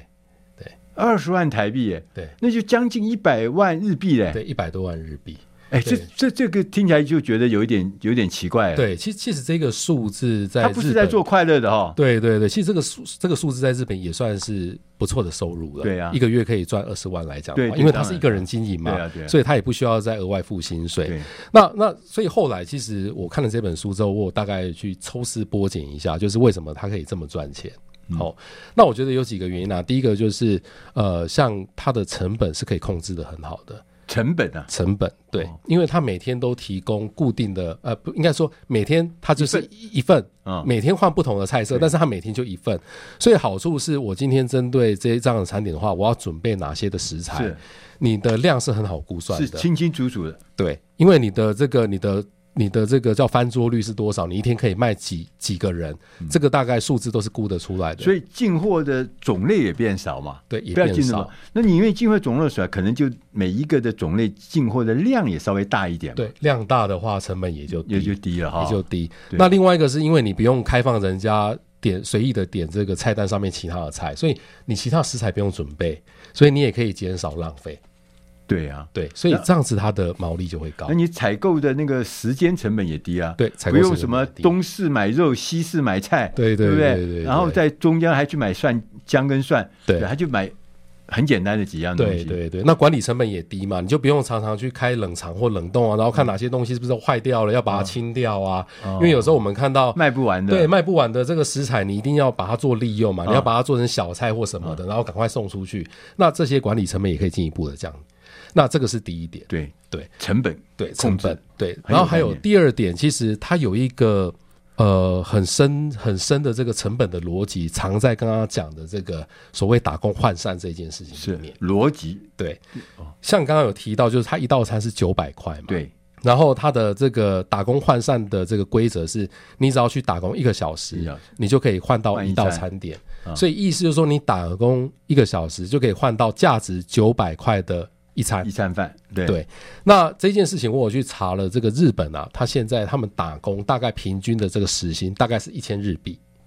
Speaker 3: ，20万台币，
Speaker 4: 对，
Speaker 3: 那就将近100万日币嘞，
Speaker 4: 对，100多万日币。
Speaker 3: 这个听起来就觉得有点奇怪了。
Speaker 4: 对，其实这个数字在日本，
Speaker 3: 他不是在做快乐的哈。
Speaker 4: 对，其实这个数字在日本也算是不错的收入了。
Speaker 3: 对啊，
Speaker 4: 一个月可以赚20万来讲的话，因为他是一个人经营嘛，所以他也不需要再额外付薪水。那所以后来其实我看了这本书之后，我大概去抽丝剥茧一下，就是为什么他可以这么赚钱。那我觉得有几个原因啊。第一个就是像他的成本是可以控制的很好的。
Speaker 3: 成本
Speaker 4: 对，因为他每天都提供固定的不应该说每天他就是一份，每天换不同的菜色，但是他每天就一份，所以好处是我今天针对这样的餐点的话，我要准备哪些的食材，你的量是很好估算的，
Speaker 3: 是清清楚楚的。
Speaker 4: 对，因为你的这个叫翻桌率是多少，你一天可以卖几个人，这个大概数字都是估得出来的。
Speaker 3: 所以进货的种类也变少嘛，
Speaker 4: 对，也变少。
Speaker 3: 那你因为进货种类少，可能就每一个的种类进货的量也稍微大一点嘛。
Speaker 4: 对，量大的话成本也就
Speaker 3: 低了哈，
Speaker 4: 也就低。那另外一个是因为你不用开放人家随意的点这个菜单上面其他的菜，所以你其他食材不用准备，所以你也可以减少浪费。
Speaker 3: 对啊，
Speaker 4: 对，所以这样子它的毛利就会高。
Speaker 3: 那你采购的那个时间成本也低啊，
Speaker 4: 对，
Speaker 3: 不用什么东市买肉西市买菜，对不对？然后在中间还去买姜跟蒜，对，他就买很简单的几样东西。
Speaker 4: 对，那管理成本也低嘛，你就不用常常去开冷藏或冷冻啊，然后看哪些东西是不是坏掉了，要把它清掉啊。因为有时候我们看到
Speaker 3: 卖不完的，
Speaker 4: 对，卖不完的这个食材，你一定要把它做利用嘛，你要把它做成小菜或什么的，然后赶快送出去。那这些管理成本也可以进一步的降。那这个是第一点，
Speaker 3: 对，成本，
Speaker 4: 对，成本，对。然后还有第二点，其实它有一个很深的这个成本的逻辑，藏在刚刚讲的这个所谓打工换膳这件事情里面。
Speaker 3: 逻辑，
Speaker 4: 对。像刚刚有提到，就是它一道餐是900块嘛，
Speaker 3: 对。
Speaker 4: 然后它的这个打工换膳的这个规则是，你只要去打工1个小时，你就可以换到一道餐点。所以意思就是说，你打工1个小时就可以换到价值900块的一餐饭。 对，那这件事情我有去查了这个日本啊，他现在他们打工大概平均的这个时薪大概是1000日币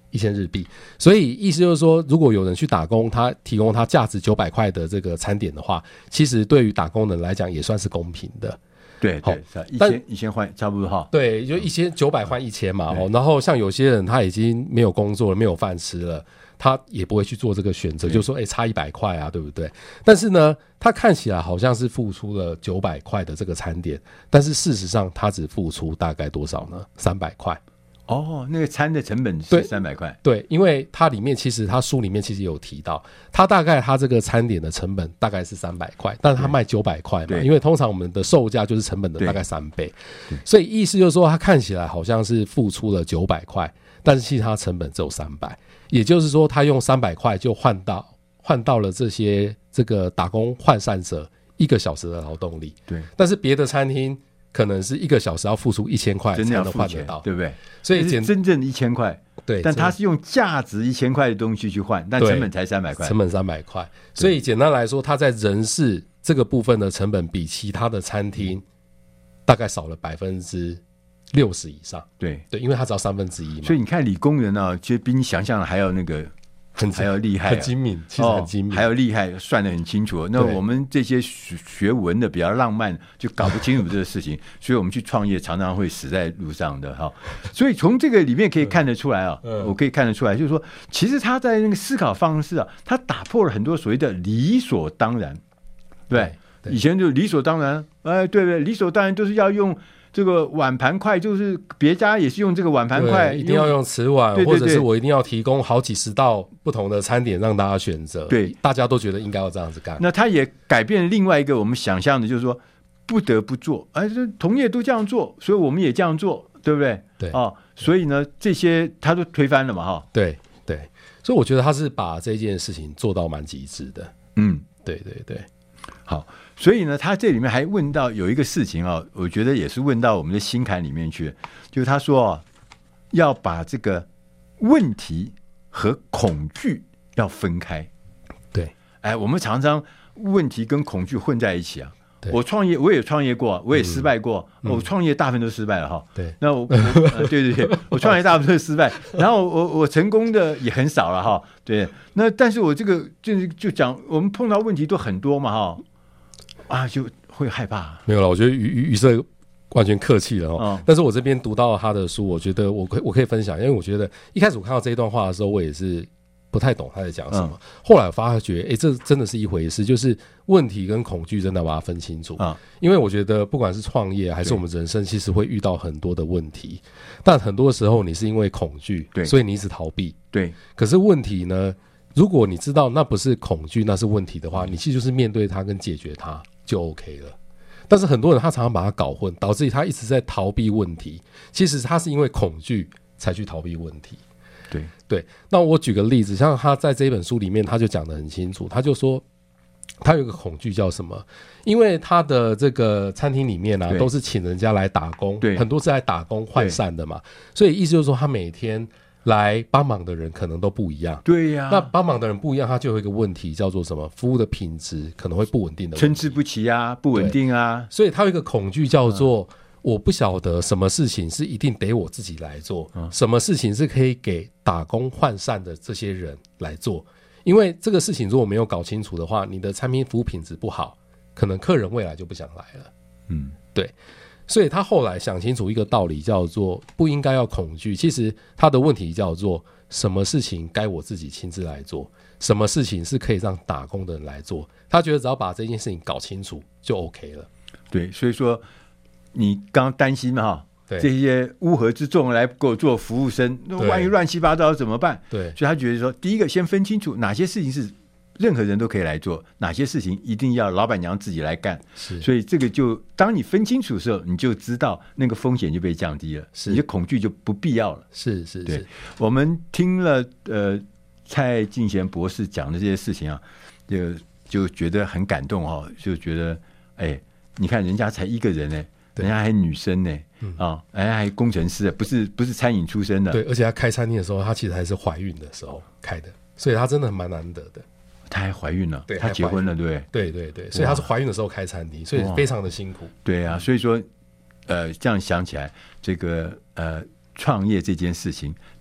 Speaker 4: 1000日币。所以意思就是说，如果有人去打工，他提供他价值900块的这个餐点的话，其实对于打工人来讲也算是公平的。
Speaker 3: 对对，1000换差不多哈。
Speaker 4: 对，就900换1000嘛。然后像有些人他已经没有工作了，没有饭吃了，他也不会去做这个选择，就说差100块啊，对不对？但是呢，他看起来好像是付出了900块的这个餐点，但是事实上他只付出大概多少呢？300块。
Speaker 3: 哦，那个餐的成本是300块。
Speaker 4: 对，因为它里面其实它书里面其实有提到，它大概它这个餐点的成本大概是300块，但是它卖900块嘛，因为通常我们的售价就是成本的大概3倍，所以意思就是说，它看起来好像是付出了900块，但是其实它成本只有300，也就是说，他用300块就换到了这个打工换膳者1个小时的劳动力。对，但是别的餐厅可能是1个小时要付出1000块才能换得到，
Speaker 3: 对不对？
Speaker 4: 所以
Speaker 3: 真正1000块，对，但他是用价值1000块的东西去换，但成本才300块，
Speaker 4: 成本300块。所以简单来说，他在人事这个部分的成本比其他的餐厅大概少了60%以上。对，因为他只要1/3嘛。
Speaker 3: 所以你看理工人啊，其实比你想象的还要还要厉害，
Speaker 4: 很精明，其实很精明，
Speaker 3: 还要厉害，算得很清楚。那我们这些学文的比较浪漫，就搞不清楚这个事情，所以我们去创业常常会死在路上的哈。所以从这个里面可以看得出来啊，我可以看得出来，就是说，其实他在那个思考方式啊，他打破了很多所谓的理所当然，对，以前就理所当然，对不对？理所当然都是要用这个碗盘筷，就是别家也是用这个碗盘筷，
Speaker 4: 一定要用瓷碗，或者是我一定要提供好几十道不同的餐点让大家选择。对，大家都觉得应该要这样子干。
Speaker 3: 那他也改变了另外一个我们想象的，就是说不得不做，这同业都这样做，所以我们也这样做，对不对？对所以呢，这些他都推翻了嘛，哈。
Speaker 4: 对对，所以我觉得他是把这件事情做到蛮极致的。对对对。
Speaker 3: 好，所以呢，他这里面还问到有一个事情啊，我觉得也是问到我们的心坎里面去，就是他说要把这个问题和恐惧要分开。
Speaker 4: 对，
Speaker 3: 我们常常问题跟恐惧混在一起啊。我创业，我也创业过，我也失败过。我创业大部分都失败了哈。对，那对，我创业大部分都失败，然后我成功的也很少了哈。对，那但是我这个就讲，我们碰到问题都很多嘛哈，就会害怕。
Speaker 4: 没有了，我觉得于色完全客气了哦。但是我这边读到他的书，我觉得我可以分享，因为我觉得一开始我看到这一段话的时候，我也是不太懂他在讲什么。后来我发觉，这真的是一回事，就是问题跟恐惧真的要把它分清楚。因为我觉得不管是创业还是我们人生，其实会遇到很多的问题，但很多时候你是因为恐惧，所以你一直逃避。对，可是问题呢，如果你知道那不是恐惧，那是问题的话，你其实就是面对它跟解决它就 OK 了。但是很多人他常常把它搞混，导致他一直在逃避问题，其实他是因为恐惧才去逃避问题。对，那我举个例子，像他在这一本书里面他就讲得很清楚，他就说他有一个恐惧叫什么？因为他的这个餐厅里面都是请人家来打工，很多是来打工换膳的嘛，所以意思就是说他每天来帮忙的人可能都不一样。对呀，那帮忙的人不一样，他就有一个问题叫做什么？服务的品质可能会不稳定的，
Speaker 3: 参差不齐啊，不稳定啊。
Speaker 4: 所以他有一个恐惧叫做我不晓得什么事情是一定得我自己来做，什么事情是可以给打工换膳的这些人来做。因为这个事情如果没有搞清楚的话，你的产品服务品质不好，可能客人未来就不想来了。对。所以他后来想清楚一个道理，叫做不应该要恐惧。其实他的问题叫做什么事情该我自己亲自来做，什么事情是可以让打工的人来做。他觉得只要把这件事情搞清楚就 OK 了。
Speaker 3: 对，所以说你刚刚担心嘛，这些乌合之众来给我做服务生，那万一乱七八糟怎么办？对，所以他觉得说，第一个先分清楚哪些事情是任何人都可以来做，哪些事情一定要老板娘自己来干。所以这个就当你分清楚的时候，你就知道那个风险就被降低了，你的恐惧就不必要了。对，我们听了蔡敬贤博士讲的这些事情啊，就觉得很感动就觉得你看人家才一个人人家还女生人家还工程师，不是餐饮出身的。
Speaker 4: 对，而且他开餐厅的时候，他其实还是怀孕的时候开的，所以他真的蛮难得的。
Speaker 3: 她还怀孕了，她结婚了，对不对？
Speaker 4: 对，所以她是怀孕的时候开餐厅，所以非常的辛苦。
Speaker 3: 对啊，所以说这样想起来，这个创业这件事情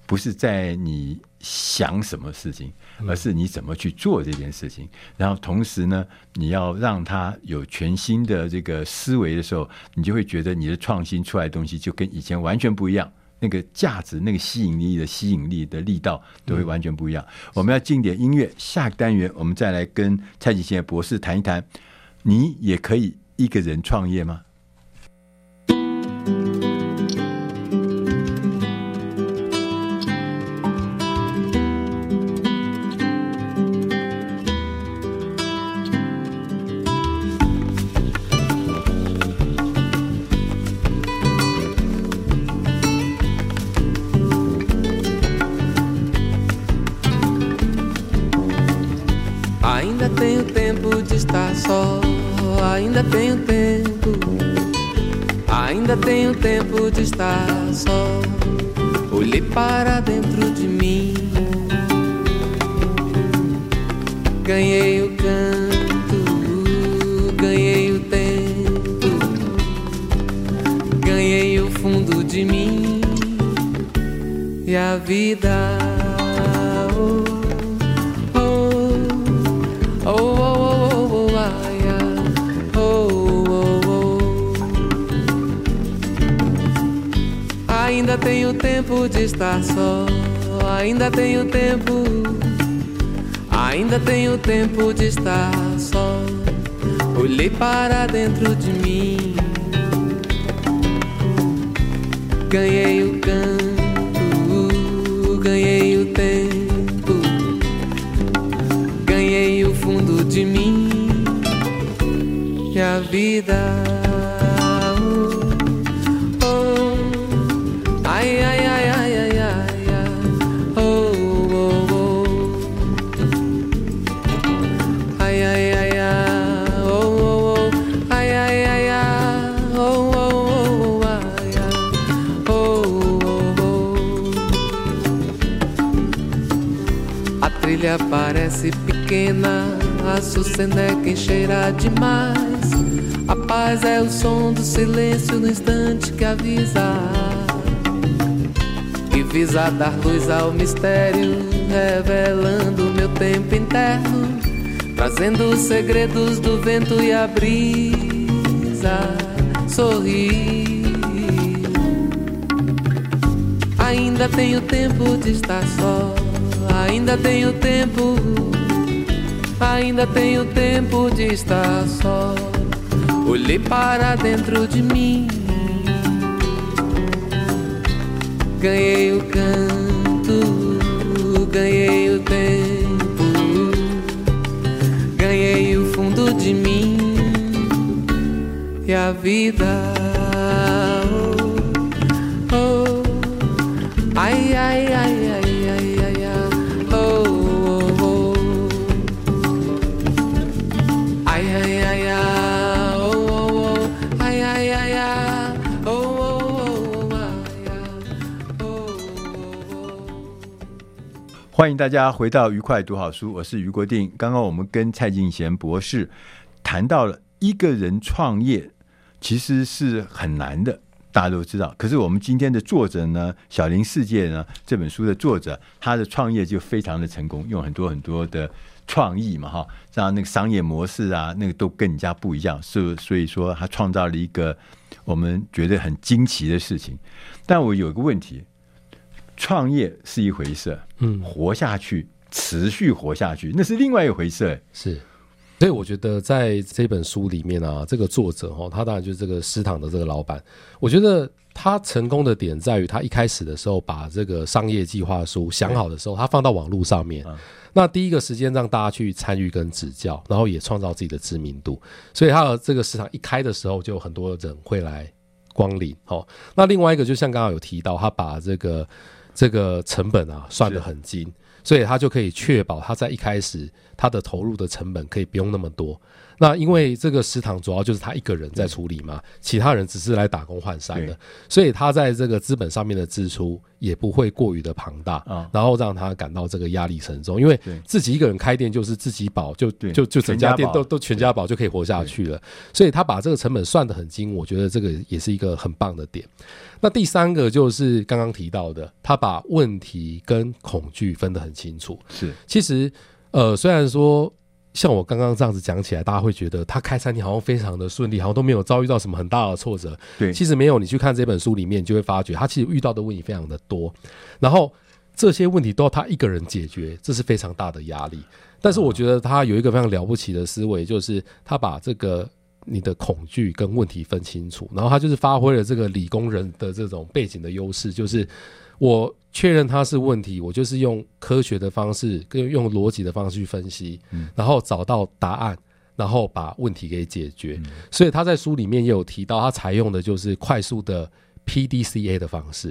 Speaker 3: 不是在你想什么事情，而是你怎么去做这件事情。然后同时呢，你要让它有全新的这个思维的时候，你就会觉得你的创新出来的东西就跟以前完全不一样，那个价值、那个吸引力的力道都会完全不一样。我们要进点音乐，下个单元我们再来跟蔡锦贤博士谈一谈，你也可以一个人创业吗？
Speaker 6: Ainda tenho tempo de estar só, ainda tenho tempo, ainda tenho tempo de estar só. Olhei para dentro de mim, ganhei o canto, ganhei o tempo, ganhei o fundo de mim e a vida. Ainda tenho tempo de estar só, ainda tenho tempo, ainda tenho tempo de estar só. Olhei para dentro de mim, ganhei o canto, ganhei o tempo, ganhei o fundo de mim e a vida. Ai, ai, ai, ai, ai, ai, ai, oh, oh, oh. Ai, ai, ai, ai, oh, oh, oh. Ai, ai, ai, ai, oh, oh, oh, ai, ai, oh, oh, oh. A trilha parece pequena, a Açucena é quem cheira demais. A paz é o som do silêncio no instante que avisa, que visa dar luz ao mistério, revelando meu tempo interno, trazendo os segredos do vento e a brisa. Sorri, ainda tenho tempo de estar só, ainda tenho tempo, ainda tenho tempo de estar só. Olhei para dentro de mim, ganhei o canto, ganhei o tempo, ganhei o fundo de mim e a vida. Oh, oh, ai, ai, ai, ai, ai, ai, ai, oh, oh, oh. Ai, ai, ai, ai, oh, oh, oh. Ai, ai, ai, ai, oh, oh, oh, ai, ai.
Speaker 3: 欢迎大家回到愉快读好书，我是余国定。刚刚我们跟蔡敬贤博士谈到了一个人创业其实是很难的，大家都知道。可是我们今天的作者呢，小林世界呢，这本书的作者，他的创业就非常的成功，用很多很多的创意嘛，哈，让那个商业模式啊，那个都跟人家不一样，所以说他创造了一个我们觉得很惊奇的事情。但我有个问题，创业是一回事，活下去，持续活下去，那是另外一回事。
Speaker 4: 是，所以我觉得在这本书里面啊，这个作者他当然就是这个食堂的这个老板，我觉得他成功的点在于他一开始的时候把这个商业计划书想好的时候，他放到网络上面。那第一个时间让大家去参与跟指教，然后也创造自己的知名度，所以他的这个市场一开的时候就有很多人会来光临。那另外一个就像刚刚有提到，他把这个成本啊算得很精，所以他就可以确保他在一开始他的投入的成本可以不用那么多。那因为这个食堂主要就是他一个人在处理嘛，其他人只是来打工换衫的，所以他在这个资本上面的支出也不会过于的庞大，然后让他感到这个压力沉重。因为自己一个人开店就是自己保，就整家店都全家保就可以活下去了，所以他把这个成本算得很精，我觉得这个也是一个很棒的点。那第三个就是刚刚提到的，他把问题跟恐惧分得很清楚。是，其实虽然说像我刚刚这样子讲起来，大家会觉得他开餐厅好像非常的顺利，好像都没有遭遇到什么很大的挫折。对，其实没有，你去看这本书里面就会发觉他其实遇到的问题非常的多，然后这些问题都要他一个人解决，这是非常大的压力。但是我觉得他有一个非常了不起的思维，就是他把这个你的恐惧跟问题分清楚，然后他就是发挥了这个理工人的这种背景的优势，就是我确认它是问题，我就是用科学的方式跟用逻辑的方式去分析，然后找到答案，然后把问题给解决。所以他在书里面也有提到，他采用的就是快速的 PDCA 的方式。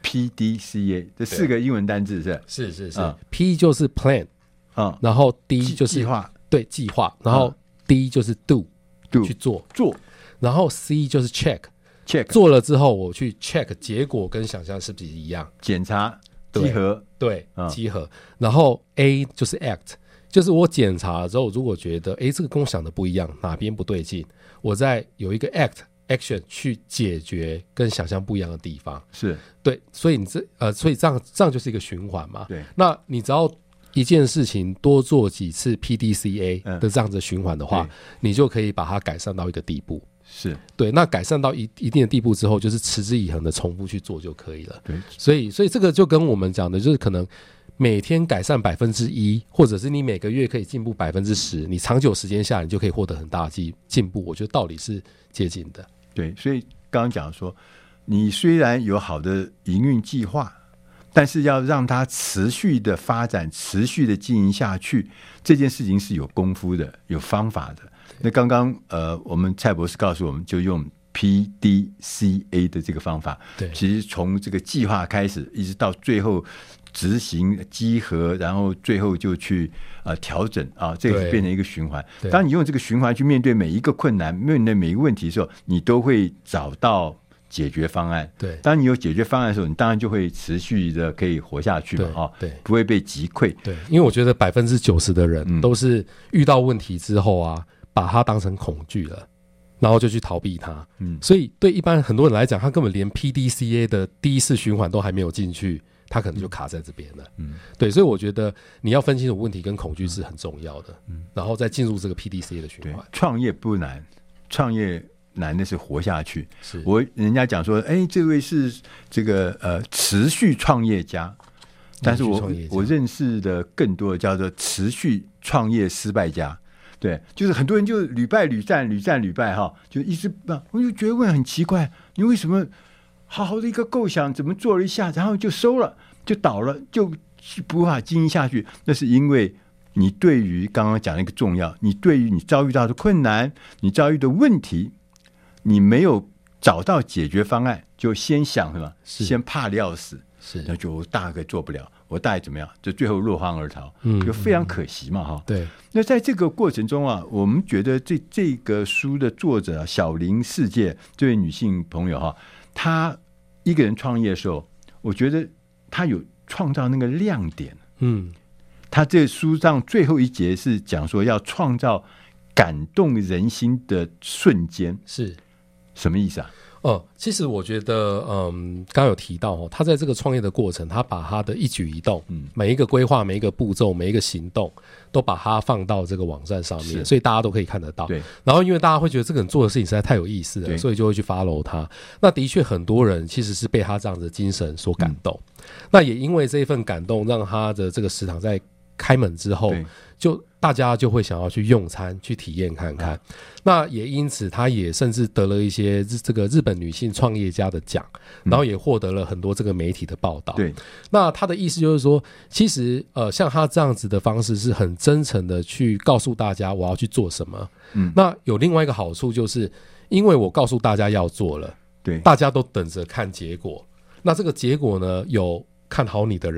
Speaker 3: PDCA 这4个英文单字是
Speaker 4: P 就是 plan，然后 D 就是
Speaker 3: 计划，
Speaker 4: 对，计划，然后 D 就是 do 去做，然后 C 就是 check，做了之后我去 check 结果跟想象是不是一样，
Speaker 3: 检查稽核，
Speaker 4: 对，稽核。然后 A 就是 act， 就是我检查了之后，如果觉得这个跟我想的不一样，哪边不对劲，我再有一个 action 去解决跟想象不一样的地方。是对，所以所以这样就是一个循环嘛。对，那你只要一件事情多做几次 PDCA 的这样子循环的话，你就可以把它改善到一个地步。是对，那改善到一定的地步之后，就是持之以恒的重复去做就可以了。对，所以这个就跟我们讲的就是可能每天改善1%，或者是你每个月可以进步10%，你长久时间下来你就可以获得很大的进步。我觉得道理是接近的。
Speaker 3: 对，所以刚刚讲说，你虽然有好的营运计划，但是要让它持续的发展、持续的经营下去，这件事情是有功夫的、有方法的。那刚刚我们蔡博士告诉我们，就用 PDCA 的这个方法。对，其实从这个计划开始，一直到最后执行稽核，然后最后就去调整啊，这个变成一个循环。当你用这个循环去面对每一个困难、面对每一个问题的时候，你都会找到解决方案。对，当你有解决方案的时候，你当然就会持续的可以活下去嘛，对，不会被击溃。
Speaker 4: 对，因为我觉得90%的人都是遇到问题之后啊，把它当成恐惧了，然后就去逃避它。所以对一般很多人来讲，他根本连 PDCA 的第一次循环都还没有进去，他可能就卡在这边了。对，所以我觉得你要分清楚问题跟恐惧是很重要的，然后再进入这个 PDCA 的循环。
Speaker 3: 创业不难，创业难的是活下去。人家讲说，这位是这个持续创业家，但是我认识的更多的叫做持续创业失败家。对，就是很多人就屡败屡战哈，就一直我就觉得问很奇怪，你为什么好好的一个构想，怎么做了一下，然后就收了，就倒了，就不法经营下去？那是因为你对于刚刚讲的一个重要，你对于你遭遇到的困难，你遭遇的问题，你没有找到解决方案，就先想什么？先怕的要死，那就我大概做不了，我大概怎么样，就最后落荒而逃，就非常可惜嘛哈。对。那在这个过程中啊，我们觉得这个书的作者小林世界这位女性朋友哈，她一个人创业的时候，我觉得她有创造那个亮点。她这书上最后一节是讲说要创造感动人心的瞬间，是什么意思啊？
Speaker 4: 其实我觉得，刚刚有提到他在这个创业的过程，他把他的一举一动，每一个规划、每一个步骤、每一个行动，都把它放到这个网站上面，所以大家都可以看得到。对。然后因为大家会觉得这个人做的事情实在太有意思了，所以就会去 follow 他。那的确很多人其实是被他这样的精神所感动。那也因为这一份感动，让他的这个食堂在开门之后，就大家就会想要去用餐、去体验看看。那也因此，他也甚至得了一些这个日本女性创业家的奖，然后也获得了很多这个媒体的报道。对，那他的意思就是说，其实像他这样子的方式是很真诚的去告诉大家我要去做什么。那有另外一个好处就是，因为我告诉大家要做了，对，大家都等着看结果。那这个结果呢，有看好你的人，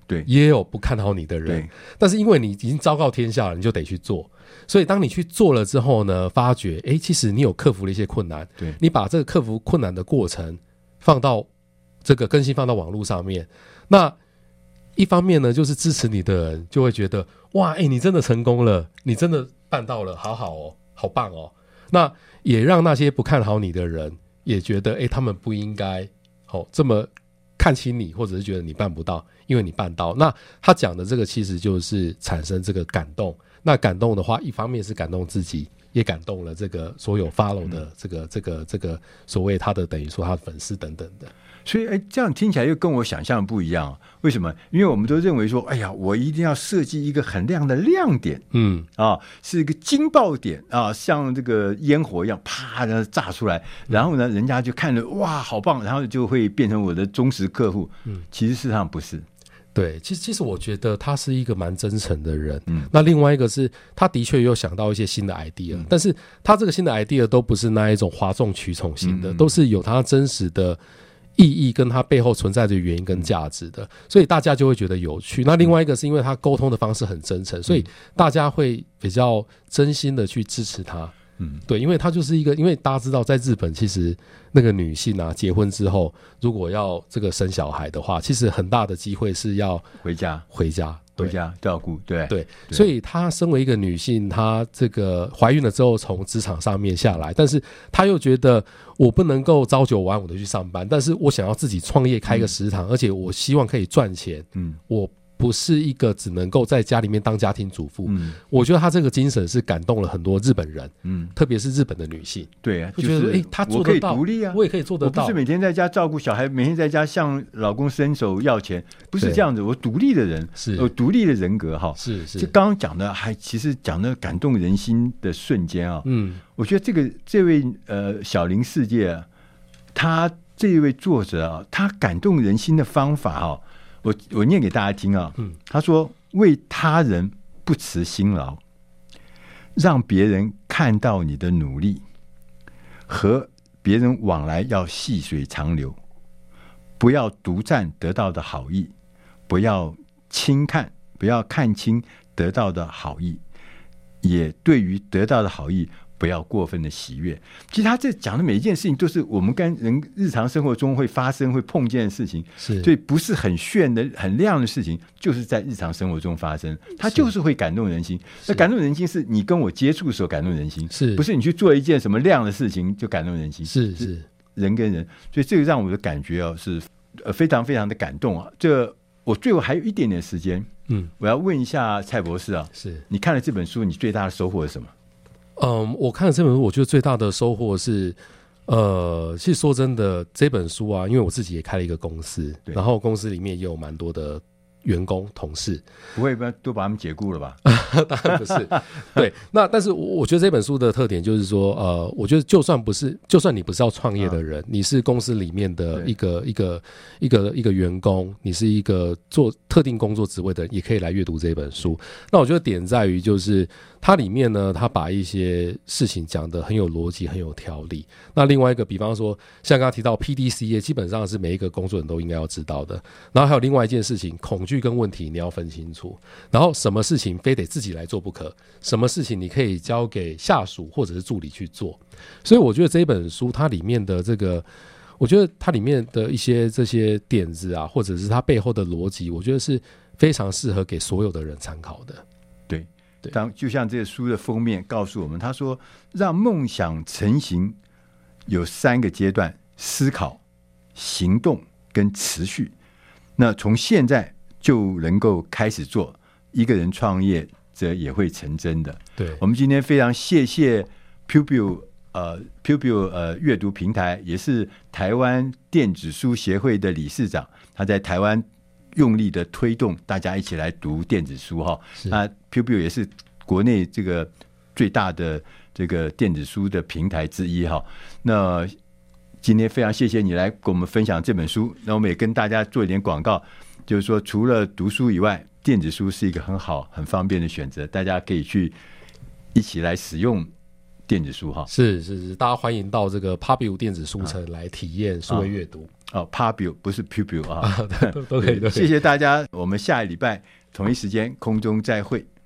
Speaker 3: 对，
Speaker 4: 也有不看好你的人，但是因为你已经昭告天下了，你就得去做。所以当你去做了之后呢，发觉其实你有克服了一些困难，
Speaker 3: 对，
Speaker 4: 你把这个克服困难的过程放到这个更新放到网络上面，那一方面呢，就是支持你的人就会觉得哇，你真的成功了，你真的办到了，好好哦，好棒哦。那也让那些不看好你的人也觉得他们不应该这么看轻你，或者是觉得你办不到，因为你办到。那他讲的这个其实就是产生这个感动，那感动的话一方面是感动自己，也感动了这个所有 follow 的这个所谓他的等于说他的粉丝等等的。
Speaker 3: 所以这样听起来又跟我想象不一样。为什么？因为我们都认为说，哎呀，我一定要设计一个很亮的亮点，是一个惊爆点啊，像这个烟火一样，啪的炸出来，然后呢，人家就看了，哇，好棒，然后就会变成我的忠实客户。其实事实上不是。
Speaker 4: 对，其实我觉得他是一个蛮真诚的人。那另外一个是他的确有想到一些新的 idea，但是他这个新的 idea 都不是那一种哗众取宠型的，都是有他真实的意义跟它背后存在的原因跟价值的，所以大家就会觉得有趣。那另外一个是因为他沟通的方式很真诚，所以大家会比较真心的去支持他。对，因为他就是一个，因为大家知道在日本其实那个女性啊结婚之后如果要这个生小孩的话，其实很大的机会是要回家
Speaker 3: 照顾。对，
Speaker 4: 所以她身为一个女性，她这个怀孕了之后从职场上面下来，但是她又觉得我不能够朝九晚五的去上班，但是我想要自己创业开个食堂，而且我希望可以赚钱。我不是一个只能够在家里面当家庭主妇。我觉得他这个精神是感动了很多日本人，特别是日本的女性。
Speaker 3: 对啊，
Speaker 4: 就觉得他做得到，
Speaker 3: 我可以独立啊，
Speaker 4: 我也可以做得到。
Speaker 3: 我不是每天在家照顾小孩，每天在家向老公伸手要钱，不是这样子。我独立的人，有独立的人格哈。
Speaker 4: 是。
Speaker 3: 就刚刚讲的，还其实讲的感动人心的瞬间啊。我觉得这位小林世界啊，他这一位作者啊，他感动人心的方法啊。我念给大家听啊。他说：为他人不辞辛劳，让别人看到你的努力，和别人往来要细水长流，不要独占得到的好意，不要看轻得到的好意，也对于得到的好意不要过分的喜悦。其实他这讲的每一件事情都是我们跟人日常生活中会发生会碰见的事情，所以不是很炫的很亮的事情，就是在日常生活中发生，它就是会感动人心。那感动人心是你跟我接触的时候感动人心，不是你去做一件什么亮的事情就感动人心，是人跟人。所以这个让我的感觉是非常非常的感动啊。这我最后还有一点点时间，我要问一下蔡博士啊，你看了这本书，你最大的收获是什么？
Speaker 4: 我看了这本书，我觉得最大的收获是，其实说真的，这本书啊，因为我自己也开了一个公司，然后公司里面也有蛮多的员工同事，
Speaker 3: 不会都把他们解雇了吧？
Speaker 4: 当然不是。对，那但是我觉得这本书的特点就是说，我觉得就算你不是要创业的人，你是公司里面的一个员工，你是一个做特定工作职位的人，也可以来阅读这本书。那我觉得点在于就是它里面呢，它把一些事情讲得很有逻辑，很有条理。那另外一个，比方说像刚刚提到 PDCA， 基本上是每一个工作人都应该要知道的。然后还有另外一件事情，恐惧跟问题你要分清楚。然后什么事情非得自己来做不可，什么事情你可以交给下属或者是助理去做。所以我觉得这本书它里面的我觉得它里面的一些这些点子啊，或者是它背后的逻辑，我觉得是非常适合给所有的人参考的。
Speaker 3: 对，就像这个书的封面告诉我们，他说让梦想成型有3个阶段：思考、行动跟持续。那从现在就能够开始做，一个人创业则也会成真的。
Speaker 4: 对，
Speaker 3: 我们今天非常谢谢 PUBU 阅读平台，也是台湾电子书协会的理事长，他在台湾用力的推动大家一起来读电子书哈。那 PUBU 也是国内这个最大的这个电子书的平台之一哈。那今天非常谢谢你来跟我们分享这本书，那我们也跟大家做一点广告，就是说除了读书以外，电子书是一个很好很方便的选择，大家可以去一起来使用电子书哈。
Speaker 4: 是，大家欢迎到这个 PUBU 电子书城来体验数位阅读。
Speaker 3: Pabio 不是 Pubio 啊，
Speaker 4: 都可以。
Speaker 3: 谢谢大家，我们下一礼拜同一时间空中再会。